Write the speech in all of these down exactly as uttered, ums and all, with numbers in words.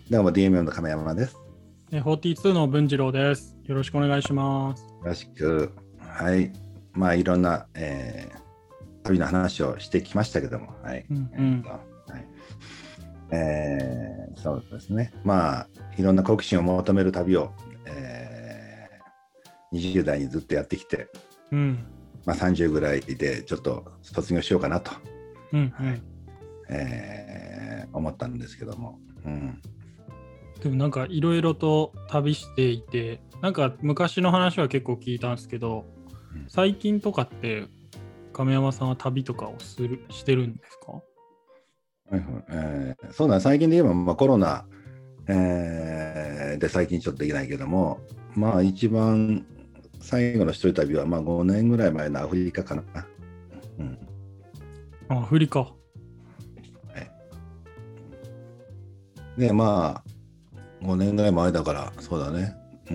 どうも ディーエムエム の亀山です。 えーフォーティーツーの文次郎です。よろしくお願いします。 よろしく。はい。まあいろんな、えー旅の話をしてきましたけども、はい。 うんうえーんとはいえーそうですね。まあいろんな好奇心を求める旅を、えーにじゅう代にずっとやってきて、 うんまあ、さんじゅうぐらいでちょっと卒業しようかなと、 うんうんはいえー思ったんですけども。うんでもなんかいろいろと旅していて、なんか昔の話は結構聞いたんですけど、 うん最近とかって亀山さんは旅とかをするしてるんですか？ はいはいえーそうだ、最近で言えば、まあ、コロナ、えーで最近ちょっとできないけども、まあ一番最後の一人旅はまあごねんぐらい前のアフリカかな。うんあ、アフリカ。 はい、でまあごねんぐらい前だからそうだね、うん、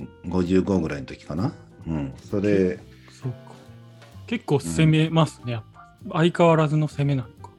ごじゅうごぐらいの時かな。うん、そけれ、 そうか。結構攻めますね、やっぱ。相変わらずの攻めなのか。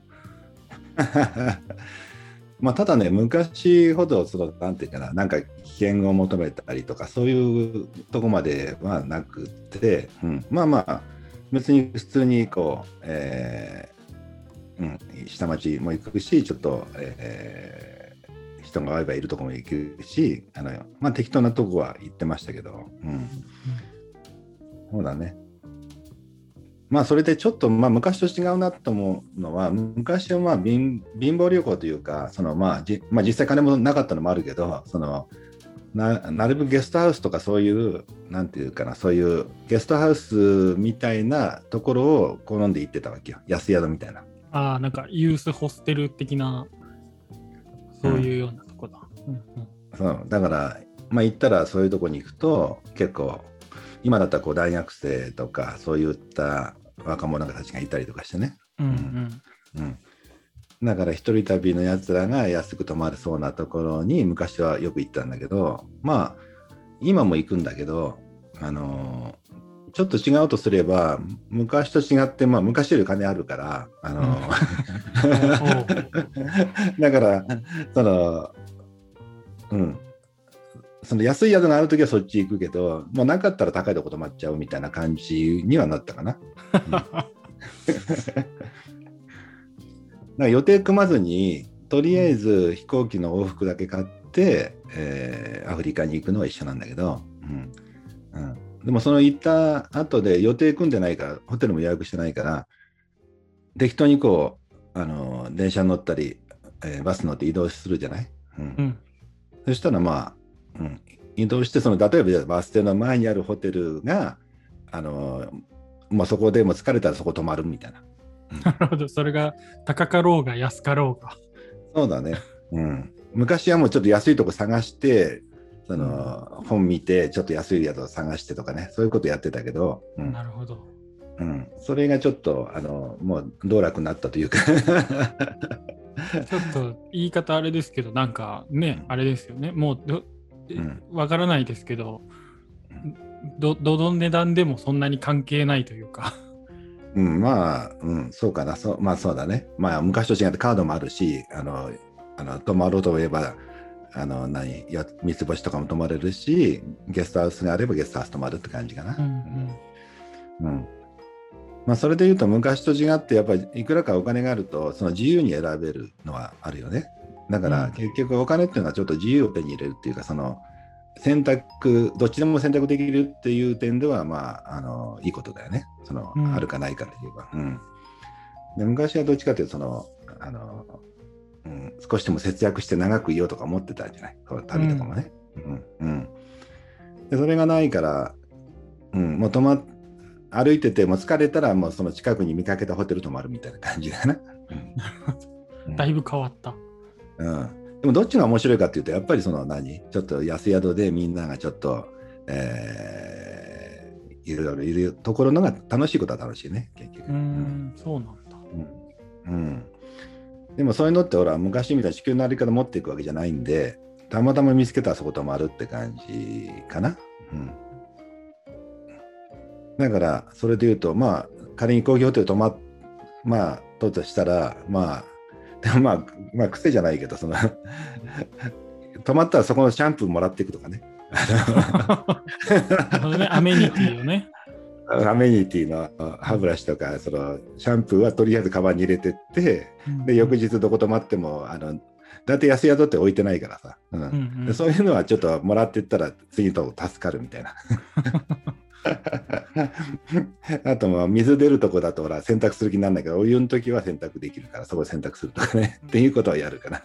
まあただね、昔ほどそのなんていうかな、なんか危険を求めたりとかそういうとこまではなくて、うん、まあまあ別に普通にこう、えーうん、下町も行くし、ちょっと、えー人が会えばいるとこも行くし、あのまあ適当なとこは行ってましたけど、うん、そうだね。まあそれでちょっとまあ昔と違うなと思うのは、昔はまあ貧貧乏旅行というか、そのまあじまあ実際金もなかったのもあるけど、そのななるべくゲストハウスとかそういうなんていうかな、そういうゲストハウスみたいなところを好んで行ってたわけよ。安宿みたいな。 ああ、なんかユースホステル的な、そういうようなとこだ。うんうんそうだからまあ行ったらそういうとこに行くと結構今だったらこう大学生とかそういった若者たちがいたりとかしてね。 うんううんんうんだから一人旅のやつらが安く泊まるそうなところに昔はよく行ったんだけど、まあ今も行くんだけど、あのーちょっと違うとすれば昔と違って、まあ昔より金あるから、あのーだからそのうんその安い宿があるときはそっち行くけど、もうなかったら高いとこ泊まっちゃうみたいな感じにはなったかな。うん、だから予定組まずにとりあえず飛行機の往復だけ買って、えーアフリカに行くのは一緒なんだけど、うんうん、でもその行った後で予定組んでないからホテルも予約してないから適当にこうあの電車に乗ったり、えーバス乗って移動するじゃない、うん、 うんそしたらまあ、うん、移動してその例えばじゃあバス停の前にあるホテルがあの、まあ、そこでも疲れたらそこ泊まるみたいな、うん、 なるほど、それが高かろうが安かろうが。 そうだね、うん、昔はもうちょっと安いとこ探してその、うん、本見てちょっと安いやつを探してとかね、そういうことやってたけど、うん、 なるほど。 うん、それがちょっとあのもう道楽になったというかちょっと言い方あれですけど、なんかね、あれですよね。もうど、 うん、 わからないですけど、ど、どの値段でもそんなに関係ないというか。 うん、まあ、うん、そうかな、そう、まあそうだね。まあ昔と違ってカードもあるし、あの、あの泊まろうといえば、あの、何、や三つ星とかも泊まれるし、ゲストハウスがあればゲストハウス泊まるって感じかな。 うんうん。うん、まあそれで言うと昔と違って、やっぱりいくらかお金があると、その自由に選べるのはあるよね。だから結局お金っていうのはちょっと自由を手に入れるっていうか、その、選択どっちでも選択できるっていう点ではまああのいいことだよね。その、 うん、 あるかないかで言えば、うん、で昔はどっちかというとそのあの、うん、少しでも節約して長くいようとか思ってたんじゃない、旅とかもね、うんうん、でそれがないから、うん、もう泊ま歩いてても疲れたらもうその近くに見かけたホテル泊まるみたいな感じだな、 うん、だいぶ変わった、 うんでもどっちが面白いかっていうとやっぱりその何ちょっと安宿でみんながちょっと、えー、いろいろいるところのが楽しいことは楽しいね結局。 うーん、そうなんだ、 うんうん、でもそういうのってほら昔みたいに地球のあり方持っていくわけじゃないんでたまたま見つけたらそこ泊まるって感じかな、うん、だからそれで言うとまあ仮に高級ホテル泊まっまあととしたらまあでもまあまあ癖じゃないけどその泊まったらそこのシャンプーもらっていくとかね。 ねアメニティをね。 アメニティの歯ブラシとかそのシャンプーはとりあえずカバンに入れてって、うん、で翌日どこ泊まってもあのだって安宿って置いてないからさ、うんうんうん、でそういうのはちょっともらっていったら次のと助かるみたいな。あとまあ水出るとこだとほら洗濯する気にならないけど、お湯の時は洗濯できるからそこで洗濯するとかねっていうことはやるかな。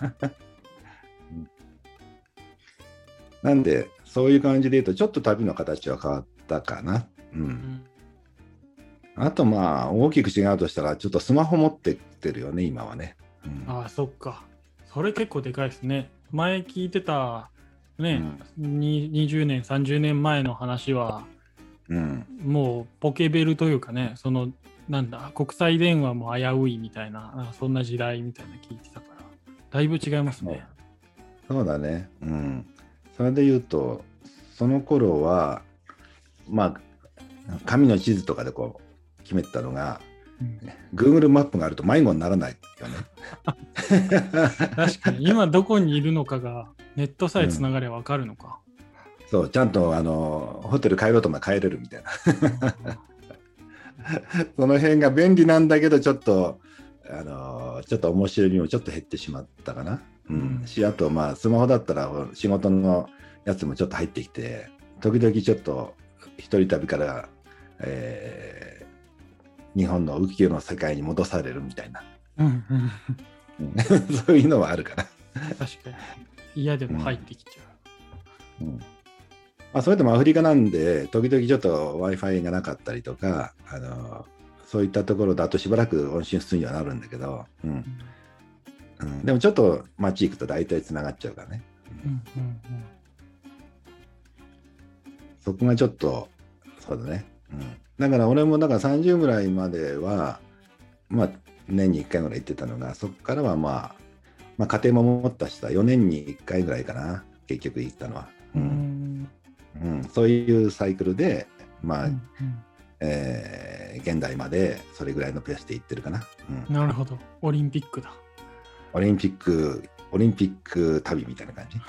なんでそういう感じで言うとちょっと旅の形は変わったかな。うん。うん、あとまあ大きく違うとしたらちょっとスマホ持ってってるよね今はね。 うん、ああそっか。それ結構でかいですね。前聞いてたね、うん、にじゅうねんさんじゅうねんまえの話は、うん、もうポケベルというかね、そのなんだ国際電話も危ういみたいな、そんな時代みたいな聞いてたからだいぶ違いますね。 そうだね。うん。それで言うとその頃はまあ紙の地図とかでこう決めてたのが、うん、Google マップがあると迷子にならないよね。 確かに今どこにいるのかがネットさえつながれば分かるのか、 うん、そうちゃんとあのホテル帰ろうとも帰れるみたいな。その辺が便利なんだけどちょっとあのちょっと面白みもちょっと減ってしまったかな、うんうん、しあとまあスマホだったら仕事のやつもちょっと入ってきて時々ちょっと一人旅から、えー、日本の浮世の世界に戻されるみたいな、うんうん、そういうのはあるかな。 確かに嫌でも入ってきちゃう、うんうん、 まあ、それでもアフリカなんで時々ちょっと Wi-Fi がなかったりとかあのそういったところだとしばらく音信不通にはなるんだけど、うんうん、でもちょっと街行くと大体つながっちゃうからね、うんうんうん、そこがちょっとそうだね、うん、だから俺もだからさんじゅうぐらいまではまあ年にいっかいぐらい行ってたのがそこからはまあ、まあ、家庭も持ったしさよねんにいっかいぐらいかな結局行ったのは、うんうん、そういうサイクルでまあ、うんうんえー、現代までそれぐらいのペースで行ってるかな、 うん、なるほどオリンピックだオリンピックオリンピック旅みたいな感じ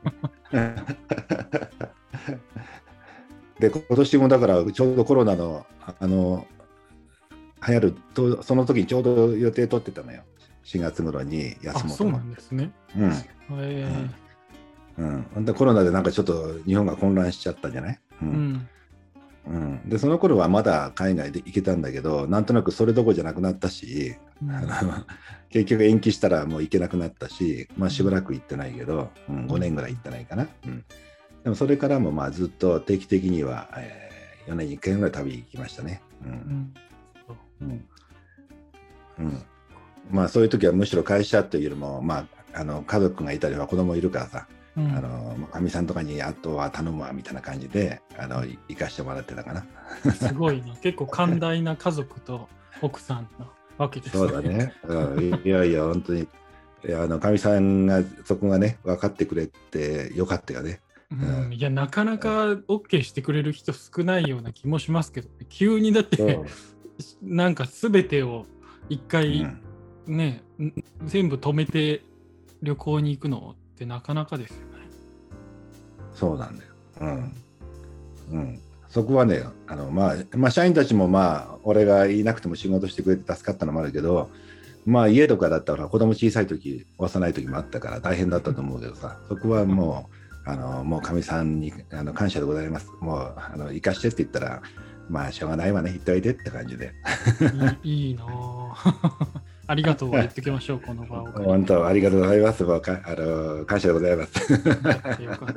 で今年もだからちょうどコロナのあの流行るとその時にちょうど予定取ってたのよしがつ頃に休もうと思って。あ、 そうなんですね、うんえーうんうん、でコロナでなんかちょっと日本が混乱しちゃったんじゃない、うんうんうん、でその頃はまだ海外で行けたんだけどなんとなくそれどころじゃなくなったし、うん、結局延期したらもう行けなくなったし、まあ、しばらく行ってないけど、うん、ごねんぐらい行ってないかな、うん、でもそれからもまあずっと定期的には、えー、よねんにいっかいぐらい旅行きましたね、うんうんうん、まあそういう時はむしろ会社というよりも、まあ、あの家族がいたりは子供いるからさうん、あのかみさんとかにあとは頼むわみたいな感じであの行かしてもらってたかな。 すごいな結構寛大な家族と奥さんなわけですね。 そうだね、うん、いやいや本当にかみさんがそこがね分かってくれてよかったよね、 うんうん、いやなかなか OK してくれる人少ないような気もしますけど、ね、急にだってなんか全てを一回ね、うん、全部止めて旅行に行くのってなかなかですよね。 そうなんだよ。うん。うん。そこはね、あのまあ、まあ、社員たちもまあ、俺がいなくても仕事してくれて助かったのもあるけど、まあ家とかだったら子供小さい時、幼い時もあったから大変だったと思うけどさ、そこはもう、あのもうかみさんにあの感謝でございます。もうあの行かしてって言ったら、まあしょうがないわね、行っておいでって感じで。 いい、いいなありがとう言ってきましょう、この場を。 本当、ありがとうございます。もうかあの感謝でございます。 よかった。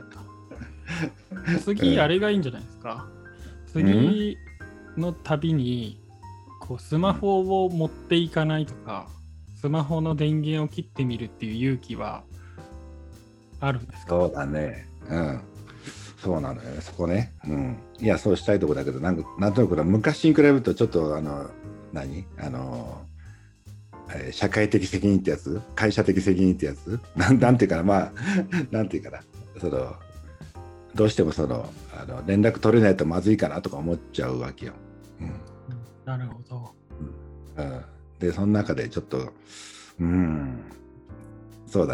次、あれがいいんじゃないですか。うん、次の旅にこうスマホを持っていかないとか、スマホの電源を切ってみるっていう勇気はあるんですか？ そうだね。うん。そうなのよ、そこね。うん。いや、そうしたいとこだけど、なんかなんとなく昔に比べるとちょっとあの何あの社会的責任ってやつ、会社的責任ってやつ、なん、なんていうかな、まあ、なんていうかな、その、どうしてもその、あの連絡取れないとまずいかなとか思っちゃうわけよ。うん、 なるほど、 うん。で、その中でちょっと、うん、そうだね、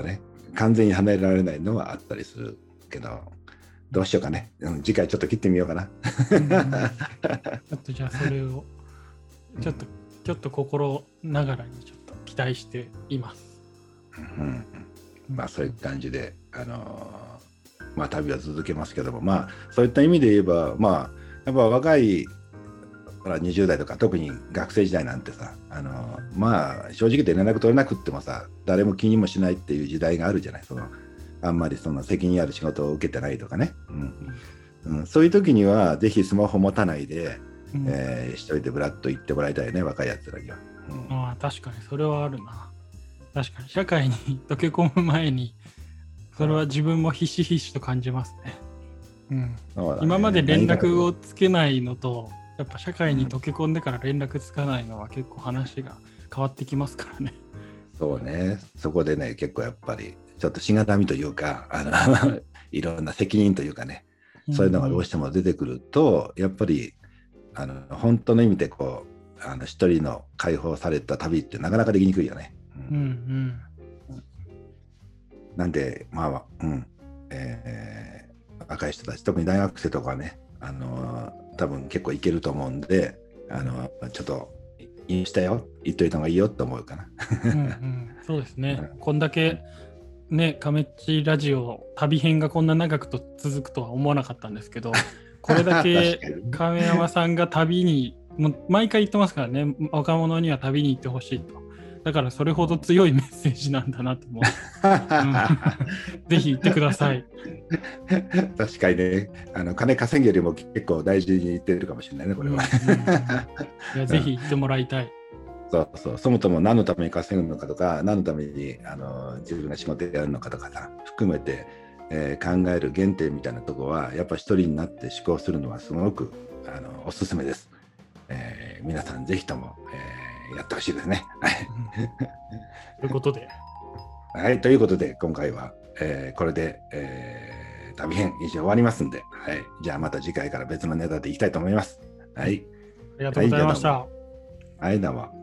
完全に離れられないのはあったりするけど、どうしようかね、うん、次回ちょっと切ってみようかな。 うん、ちょっとじゃあそれをちょっと、うん、ちょっと心ながらにちょっと期待しています。 うん、まあそういう感じで、あのー、まあ旅は続けますけども、まあそういった意味で言えば、まあやっぱ若いにじゅう代とか特に学生時代なんてさ、あのー、まあ正直で連絡取れなくってもさ、誰も気にもしないっていう時代があるじゃない。そのあんまりその責任ある仕事を受けてないとかね、うんうん、そういう時にはぜひスマホ持たないで、うん、えー、一人でブラッと行ってもらいたいね、若いやつらには。 うん、ああ確かにそれはあるな。確かに社会に溶け込む前にそれは自分もひしひしと感じますね。うん、ね、今まで連絡をつけないのとやっぱ社会に溶け込んでから連絡つかないのは結構話が変わってきますからね。 そうね、そこでね結構やっぱりちょっとしがらみというか、あのいろんな責任というかね、そういうのがどうしても出てくると、うん、やっぱりあの本当の意味でこうあの一人の解放された旅ってなかなかできにくいよね。うんうんうん、なんでまあ、うんえー、若い人たち特に大学生とかね、あの多分結構いけると思うんで、あのちょっとインしたよ言っといた方がいいよと思うかな。 うん、うん、そうですね、うん、こんだけね、カメッチラジオ旅編がこんな長くと続くとは思わなかったんですけど、これだけ亀山さんが旅にもう毎回言ってますからね、若者には旅に行ってほしいと。だからそれほど強いメッセージなんだなと思う、うん、ぜひ行ってください。 確かにね、あの金稼ぎよりも結構大事に言ってるかもしれないね、これは。うんうんうん、いやぜひ行ってもらいたい。 そうそう、そもそも何のために稼ぐのかとか、何のためにあの自分が仕事やるのかとかさ含めて、えー、考える原点みたいなところはやっぱ一人になって思考するのはすごくあのおすすめです、えー、皆さんぜひとも、えー、やってほしいですね。 ということではい、ということで今回は、えー、これで、えー、旅編以上終わりますんで、はい、じゃあまた次回から別のネタでいきたいと思います。はい、 ありがとうございました。 はい、どうも。